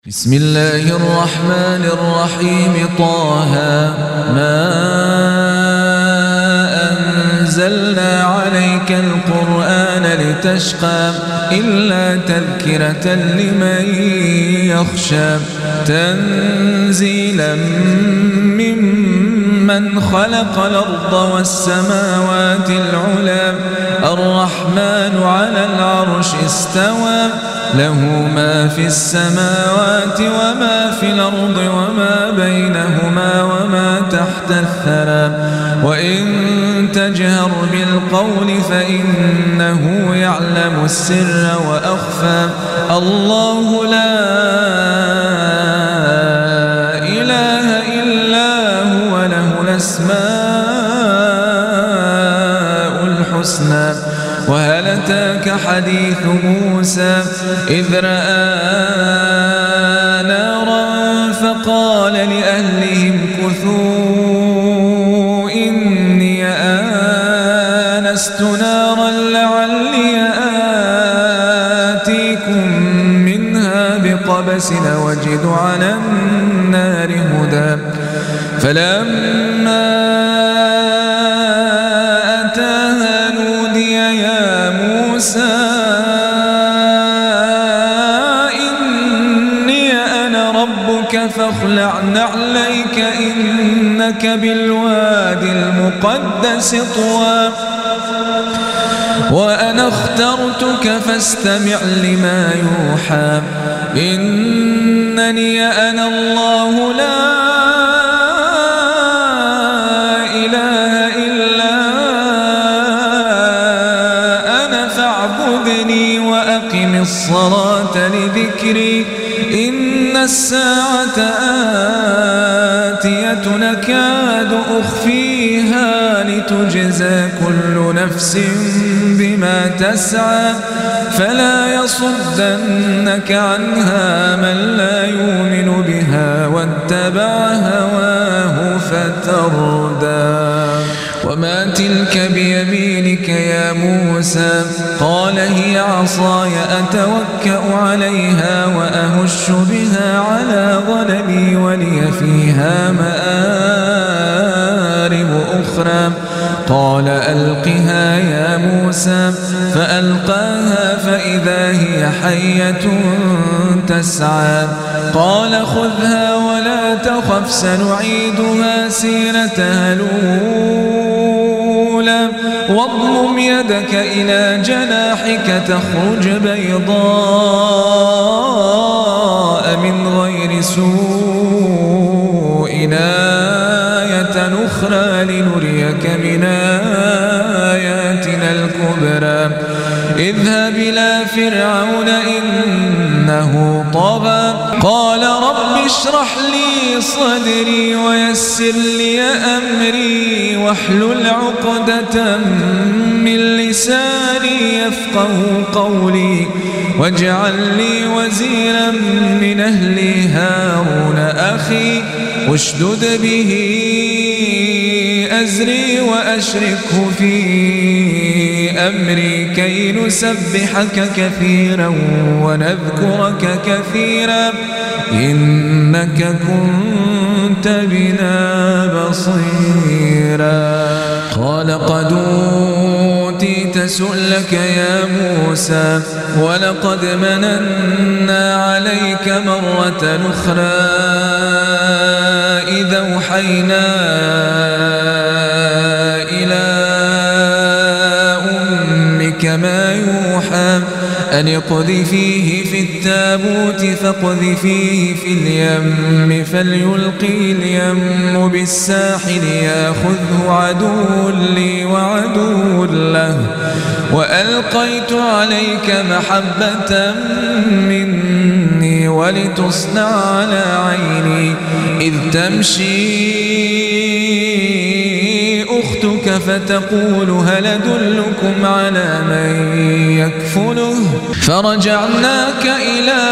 بسم الله الرحمن الرحيم. طه ما أنزلنا عليك القرآن لتشقى إلا تذكرة لمن يخشى تنزيلا ممن خلق الأرض والسماوات العلى الرحمن على العرش استوى له ما في السماوات وما في الأرض وما بينهما وما تحت الثرى وإن تجهر بالقول فإنه يعلم السر وأخفى الله لا إله إلا هو له الأسماء الحسنى. وهل أتاك حديث موسى إذ رأى نارا فقال لأهلهم كثوا إني آنست نارا لعلي آتيكم منها بقبس وجد على النار هدى. فلما أتاها نودي يا موسى إني أنا ربك فاخلع نعليك إنك بالوادي المقدس طوى وأنا اخترتك فاستمع لما يوحى إنني أنا الله لا إله إلا أنا فاعبدني وأقم الصلاة لذكري إن الساعة آتية نكاد أخفيها لتجزى كل نفس بما تسعى فلا يصدنك عنها من لا يؤمن بها واتبع هواه فتردى. وما تلك بيمينك يا موسى قال هي عصاي أتوكأ عليها وأهش بها على غنمي ولي فيها مآرب أخرى قال ألقها يا موسى فألقاها فإذا هي حية تسعى قال خذها ولا تخف سنعيدها سيرتها الأولى واضمم يدك إلى جناحك تخرج بيضاء من غير سوء آية أخرى لنريك من آياتنا الكبرى اذهب إلى فرعون إنه طغى قال رب اشرح لي صدري ويسر لي أمري واحلل عقدة من لساني يفقه قولي واجعل لي وزيرا من أهلي هارون أخي واشدد به أزري وأشركه في أمري كي نسبحك كثيرا ونذكرك كثيرا إنك كنت بنا بصيرا. قال قد أوتيت سؤلك يا موسى ولقد مننا عليك مرة أخرى إذا أوحينا إلى أمك ما يوحى أن اقذفيه في التابوت فاقذفيه في اليم فليلقي اليم بالساحل ياخذه عدو لي وعدو له وألقيت عليك محبة مني ولتصنع على عيني إذ تمشي أختك فتقول هل أدلكم على من يكفله فرجعناك إلى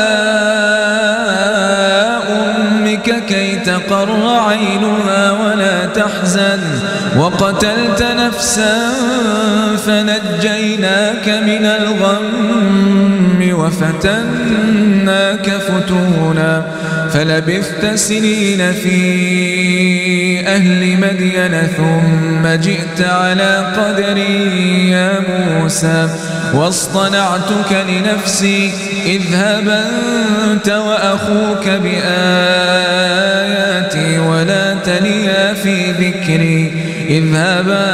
أمك كي تقر عينها ولا تحزن وقتلت نفسا فنجيناك من الغم وفتناك فتونا فلبثت سنين في أهل مدين ثم جئت على قدري يا موسى واصطنعتك لنفسي اذهب أنت وأخوك بآياتي ولا تنيا في ذكري اذهبا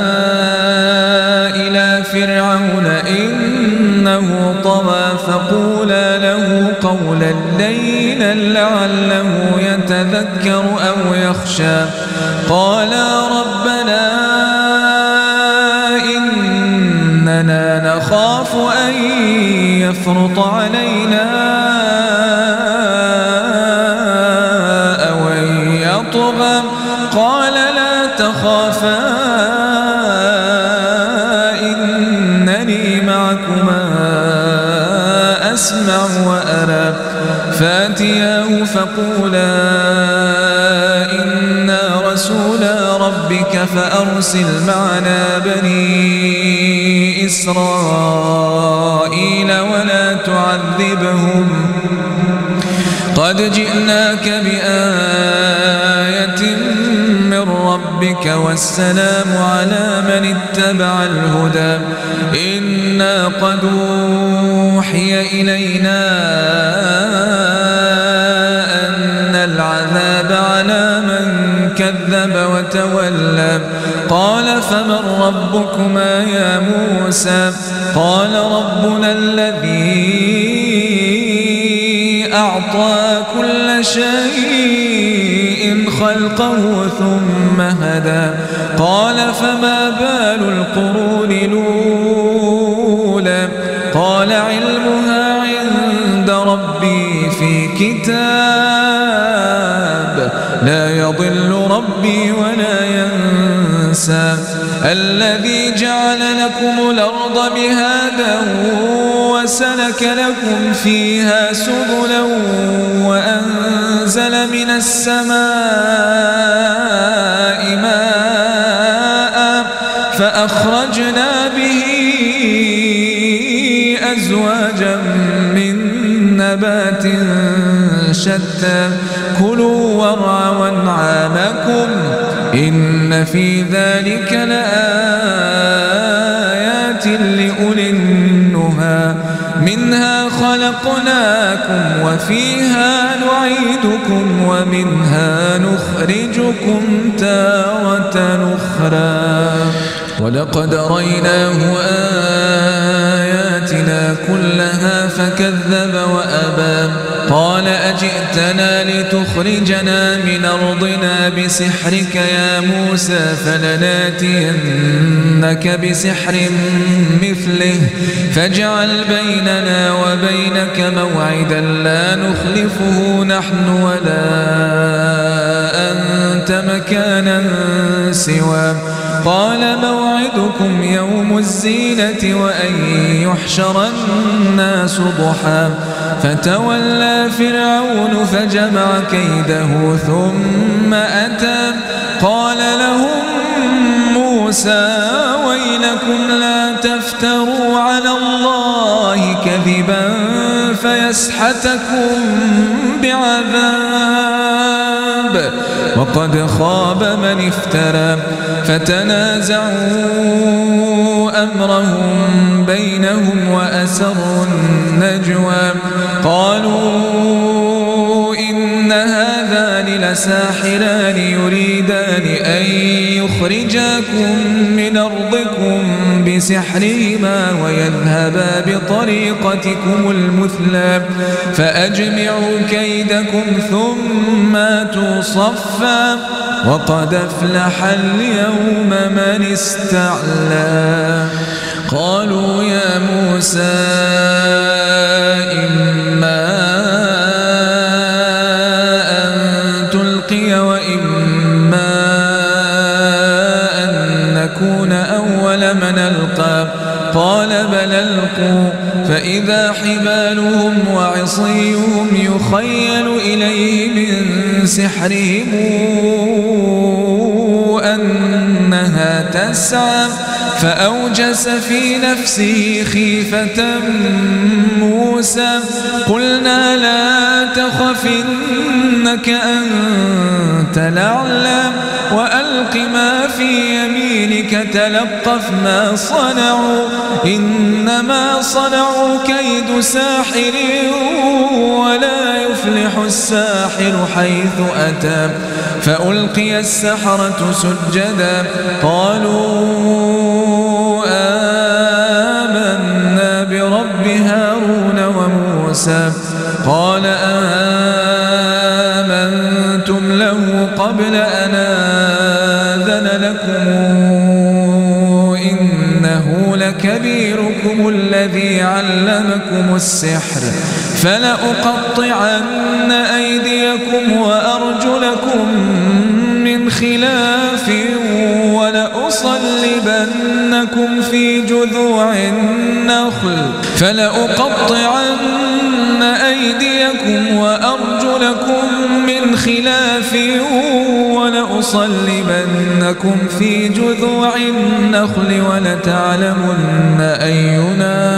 إلى فرعون إنه طغى فقولا له قولا لينا لعله يتذكر أو يخشى قالا ربنا إننا نخاف أن يفرط علينا أو أن يطغى قال لا تخافا إنني معكما أسمع وأرى فاتياه فقولا إنا رسولا ربك فأرسل معنا بني إسرائيل ولا تعذبهم قد جئناك بآية من ربك والسلام على من اتبع الهدى إنا قد أوحي إلينا أن العذاب على من كذب وتولى قال فمن ربكما يا موسى قال ربنا الذي أعطى كل شيء خلقه ثم هدى قال فما بال القرون الأولى قال علمها عند ربي في كتاب لا يضل ربي ولا ينسى الذي جعل لكم الأرض مهادا وسلك لكم فيها سبلا وأنزل من السماء ماء فأخرجنا به أزواجا من نبات شتى كلوا وارعوا أنعامكم إن في ذلك لآيات لأولي النهى منها خلقناكم وفيها نعيدكم ومنها نخرجكم تارة أخرى ولقد ريناه آياتنا كلها فكذب وأبى قال أجئتنا لتخرجنا من أرضنا بسحرك يا موسى فلناتينك بسحر مثله فاجعل بيننا وبينك موعدا لا نخلفه نحن ولا أنت مكانا سوى قال موعدكم يوم الزينة وأن يحشر الناس ضحى فتولى فرعون فجمع كيده ثم أتى قال لهم موسى ويلكم لا تفتروا على الله كذبا فيسحتكم بعذاب وقد خاب من افترى فتنازعوا أمرهم بينهم وأسروا النجوى قالوا إن هذان لساحران يريدان أن يخرجاكم من أرضكم بسحرهما ويذهبا بطريقتكم المثلى فأجمعوا كيدكم ثم أتوا صفا وقد أفلح اليوم من استعلى قالوا يا موسى إما أن تلقي وإما أن نكون أول من ألقى قال بل ألقوا فإذا حبالهم وعصيهم يخيل إليه من سحرهم أنها تسعى فأوجس في نفسه خيفة موسى قلنا لا تخف إنك أنت الأعلى وألق ما في يمينك تلقف ما صنعوا إنما صنعوا كيد ساحر ولا يفلح الساحر حيث أتى فألقي السحرة سجدا قالوا آمنا برب هارون وموسى قال آمنتم له قبل أن آذن لكم إنه لكبيركم الذي علمكم السحر فلأقطعن أيديكم وأرجلكم من خلاف ولأصلبنكم في جذوع النخل فلأقطعن أيديكم وأرجلكم من خلاف ولأصلبنكم في جذوع النخل ولتعلمن أينا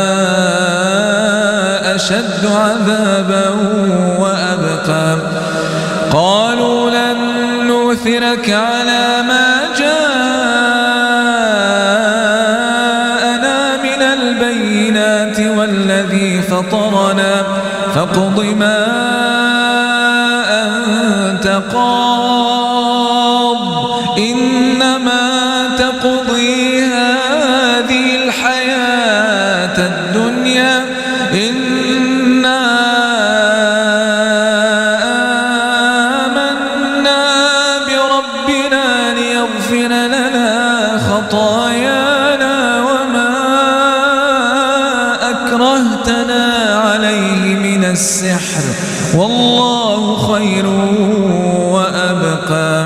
أشد عذابا وأبقى قالوا لن نؤثرك على ما جاءنا من البينات والذي فطرنا فاقض ما أنت قاض إنما تقضي هذه الحياة الدنيا إنا آمنا بربنا ليغفر لنا خطايانا وما أكرهتنا عليه من السحر والله خير وأبقى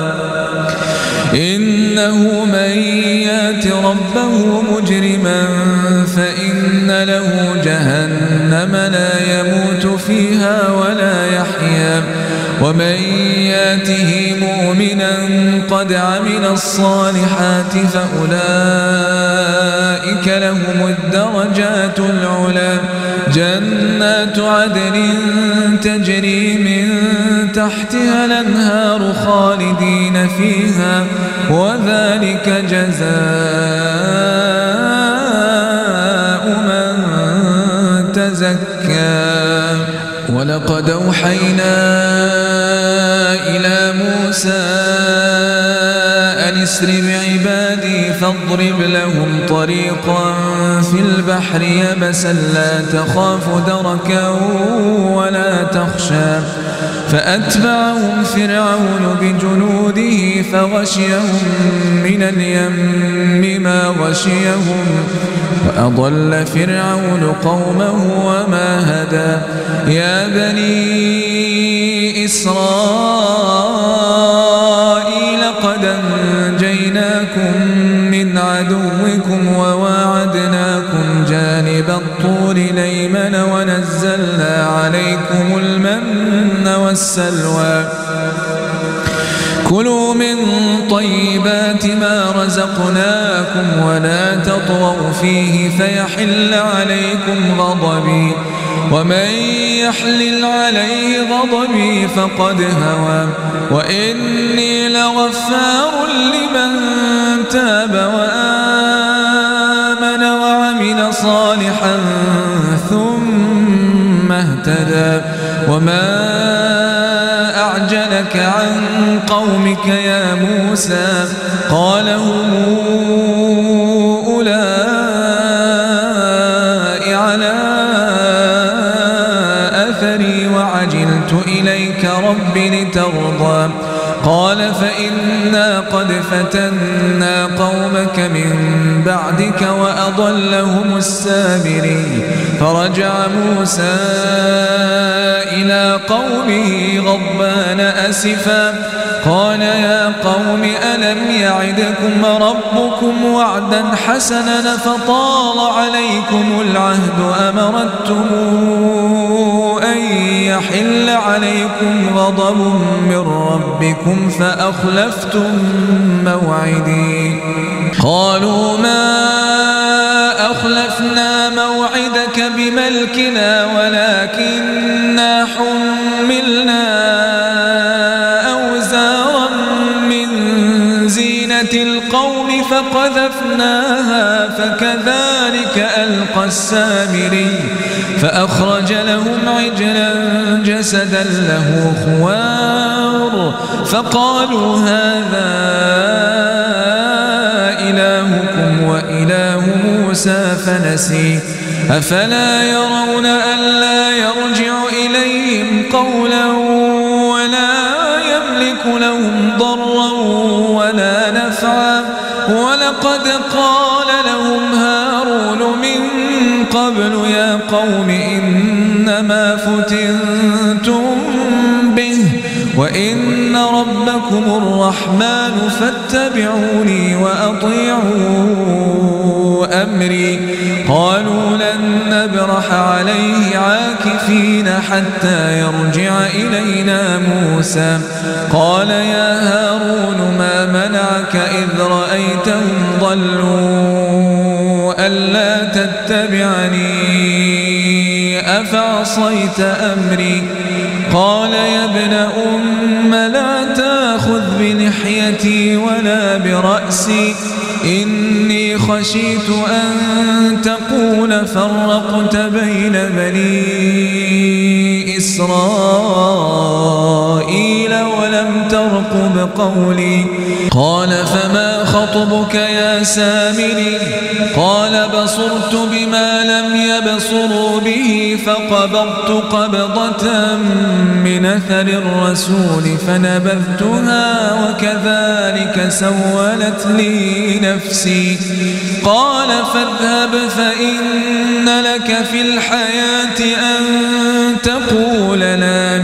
إنه من يات ربه مجرما فإن له جهنم لا يموت فيها ولا يحيا ومن ياته مؤمنا قد عمل الصالحات فأولئك لهم الدرجات العلى جنات عدن تجري من تحتها الأنهار خالدين فيها وذلك جزاء من تزكى ولقد أوحينا إلى موسى أن اسر بعبادي فاضرب لهم طريقا في البحر يبسا لا تخاف دركا ولا تخشى فأتبعهم فرعون بجنوده فغشيهم من اليم ما غشيهم وأضل فرعون قومه وما هدى يا بني إسرائيل قد أنجيناكم من عدوكم وواعدناكم جانب الطور الأيمن ونزلنا عليكم المن والسلوى كلوا من طيبات ما رزقناكم ولا تطغوا فيه فيحل عليكم غضبي ومن يحلل عليه غضبي فقد هوى وإني لغفار لمن تاب وآمن وعمل صالحا ثم اهتدى وما أعجلك عن قومك يا موسى قال هم أولئك على أثري وعجلت إليك رب لترضى قال فإنا قد فتنا قومك من بعدك وأضلهم السامري فرجع موسى إلى قومه غضبان أسفا قال يا قوم ألم يعدكم ربكم وعدا حسنا فطال عليكم العهد أمرتم أن يحل عليكم غضب من ربكم فأخلفتم موعدي. قالوا ما أخلفنا موعدك بملكنا ولكننا حملنا أوزارا من زينة القوم فقذفناها فكذلك ألقى السامري فأخرج لهم عجلا جسدا له خوار فقالوا هذا إلهكم وإله موسى فنسي أفلا يرون ألا يرجع إليهم قولا ولا يملك لهم ضرا ولا نفعا ولقد قال لهم هارون من قبل يا قوم إنما فتنتم به وإن ربكم الرحمن فاتبعوني وأطيعوا أمري. قالوا لن نبرح عليه عاكفين حتى يرجع إلينا موسى. قال يا هارون ما منعك إذ رأيتهم ضلوا ألا تتبعني أفعصيت أمري. قال يا ابن أم لا تأخذ بلحيتي ولا برأسي إني خشيت أن تقول فرقت بين بني إسرائيل ولم ترقب قولي. قال فما خطبك يا سامري؟ قال بصرت بما لم يبصروا به فقبضت قبضة من أثر الرسول فنبذتها وكذلك سولت لي نفسي. قال فاذهب فإن لك في الحياة أن تقول لا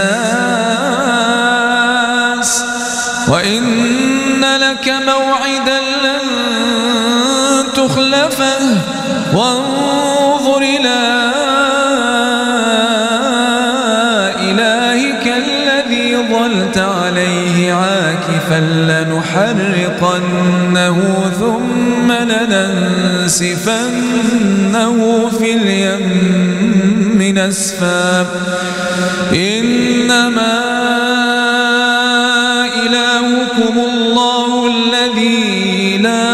مساس وإن لك موعدا لن تخلفه وانظر إلى إلهك الذي ظلت عليه عاكفا لنحرقنه ثم لننسفنه في اليم نسفا. إنما إلهكم الله الذي لا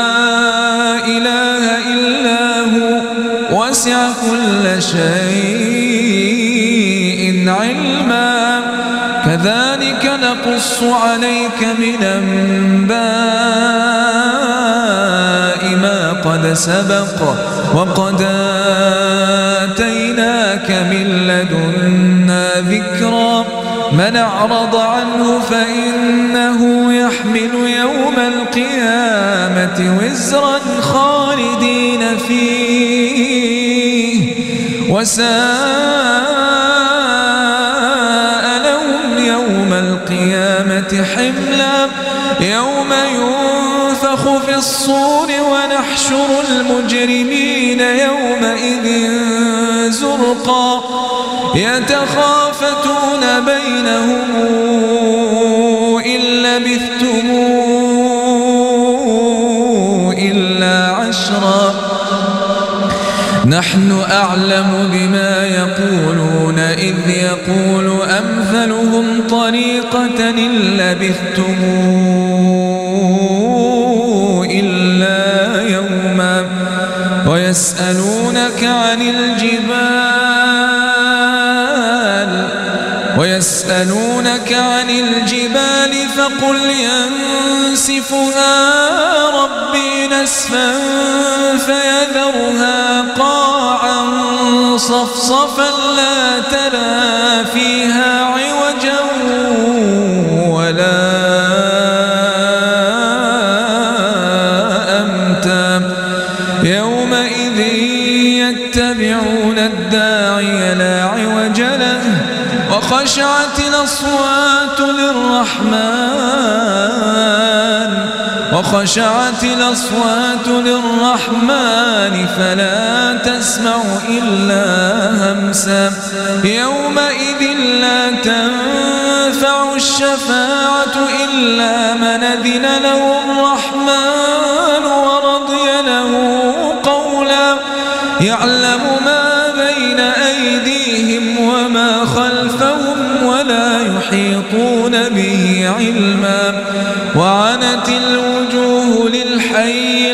إله إلا هو وسع كل شيء علما كذلك نقص عليك من أنباء ما قد سبق وقد آتيناك من لدنا ذكرا. من أعرض عنه فإنه يحمل يوم القيامة وزرا خالدين فيه وساء لهم يوم القيامة حملا. يوم ينفخ في الصور ونحشر المجرمين يومئذ زرقا يتخافتون بينهم إن لبثتم إلا عشرا نحن أعلم بما يقولون إذ يقول أمثلهم طريقة إن لبثتم إلا يوما ويسألونك عن الجبال فقل ينسفها ربي نسفا فيذرها قاعا صفصفا لا ترى فيها عوجا ولا أمتا. يومئذ يتبعون الداعي لا عوج له وخشعت الأصوات للرحمن وخشعت الأصوات للرحمن فلا تسمع إلا همسا يومئذ لا تنفع الشفاعة إلا من أذن له الرحمن ورضي له قولا يعلم ما بين أيديهم وما خلفهم ولا يحيطون به علما وعنت الوجوه للحي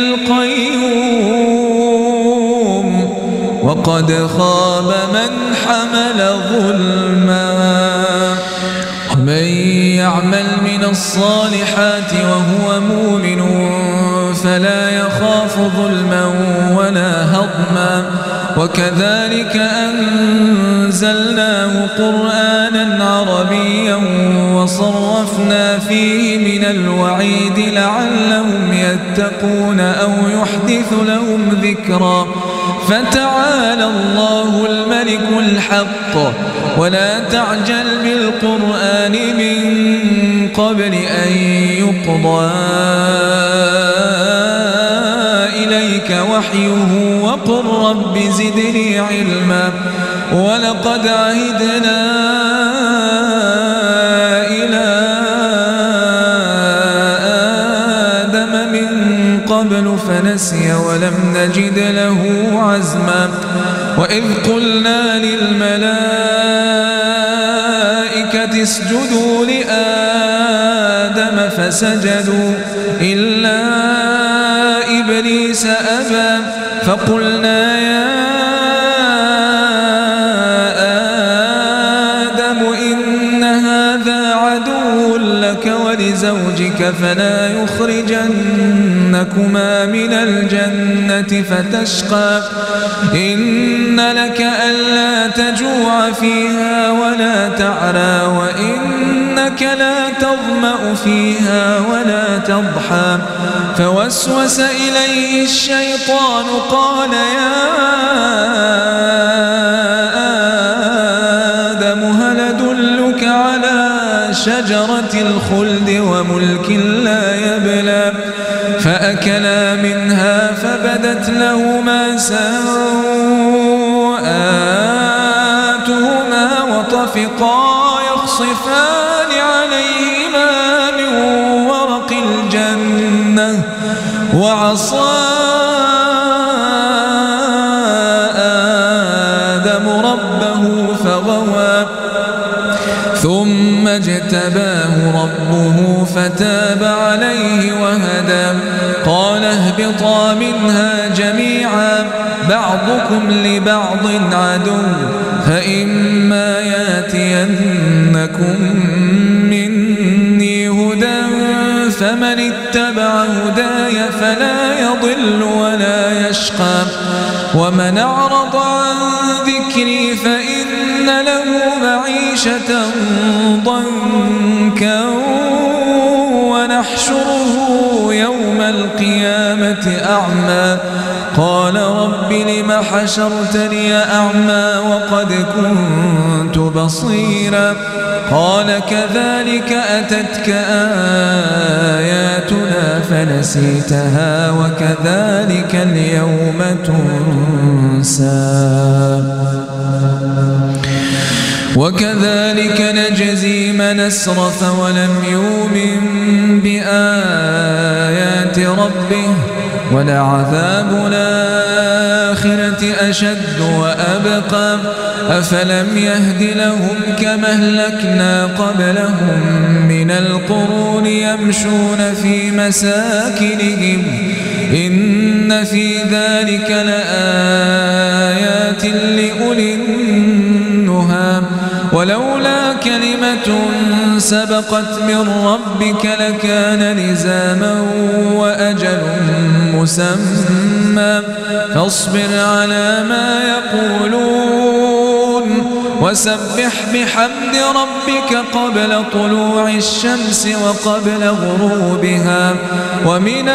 القيوم وقد خاب من حمل ظلما من يعمل من الصالحات وهو مؤمن فلا يخاف ظلما ولا هضما وكذلك أنزلناه قرآنا عربيا وصرفنا فيه من الوعيد لعلهم يتقون أو يحدث لهم ذكرا فتعالى الله الملك الحق ولا تعجل بالقرآن من قبل أن يقضى إليك وحيه وقل رب زدني علما ولقد عهدنا إلى آدم من قبل فنسي ولم نجد له عزما وإذ قلنا للملائكة اسجدوا لآدم فسجدوا إلا إبليس أبى فقلنا يا آدم إن هذا عدو لك ولزوجك فلا يخرجنكما من الجنة فتشقى إن لك ألا تجوع فيها ولا تعرى وإنك لا تظمأ فيها ولا تضحى فوسوس إليه الشيطان قال يا آدم هل أدلك على شجرة الخلد وملك لا يبلى فأكلا منها فبدت لهما سوآتهما وطفقا يخصفان عليهما من ورق الجنة وعصى آدم ربه فغوى ثم اجتباه ربه فتاب عليه وهدى قال اهبطا منها جميعا بعضكم لبعض عدو فإما ياتينكم مني هدى فمن اتبع هداي فلا يضل ولا يشقى ومن أعرض عن ذكري فإن له معيشة ضنكا ونحشره يوم القيامة أعمى قال رب لم حشرتني أعمى وقد كنت بصيرا قال كذلك أتتك آياتنا فنسيتها وكذلك اليوم تنسى وكذلك نجزي من أسرف ولم يؤمن بآيات ربه ولعذاب الآخرة أشد وأبقى أفلم يهد لهم كما أهلكنا قبلهم من القرون يمشون في مساكنهم إن في ذلك لآيات لأولي النهى ولولا كلمة سبقت من ربك لكان لزاما وأجل مسمى فاصبر على ما يقولون وسبح بحمد ربك قبل طلوع الشمس وقبل غروبها ومن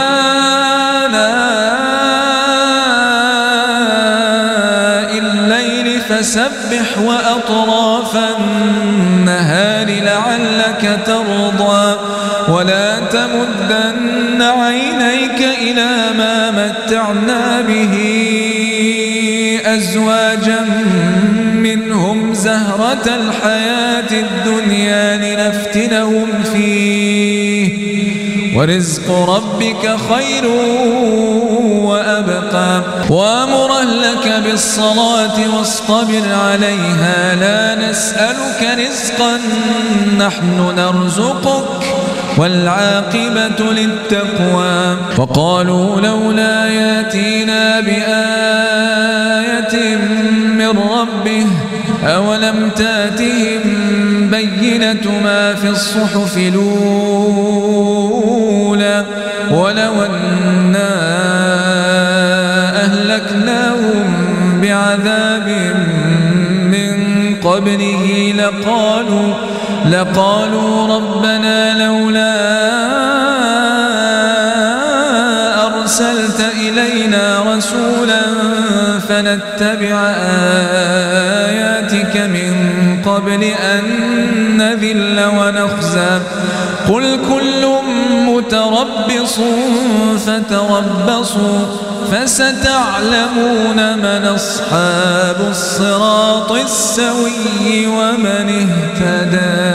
آلاء الليل فسبح وأطراف النهار لعلك ترضى ولا تمدن عينيك إلى ما متعنا به أزواجا منهم زهرة الحياة الدنيا لنفتنهم فيه ورزق ربك خير وأبقى وأمر أهلك بالصلاة واصطبر عليها لا نسألك رزقا نحن نرزقك والعاقبة للتقوى وقالوا لولا ياتينا بآية من ربه أولم تاتهم بينة ما في الصحف الأولى ولو أنا أهلكناهم بعذاب من قبله لقالوا ربنا لولا أرسلت إلينا رسولا فنتبع آياتك من قبل أن نذل ونخزى قل كل متربص فتربصوا فستعلمون من أصحاب الصراط السوي ومن اهتدى.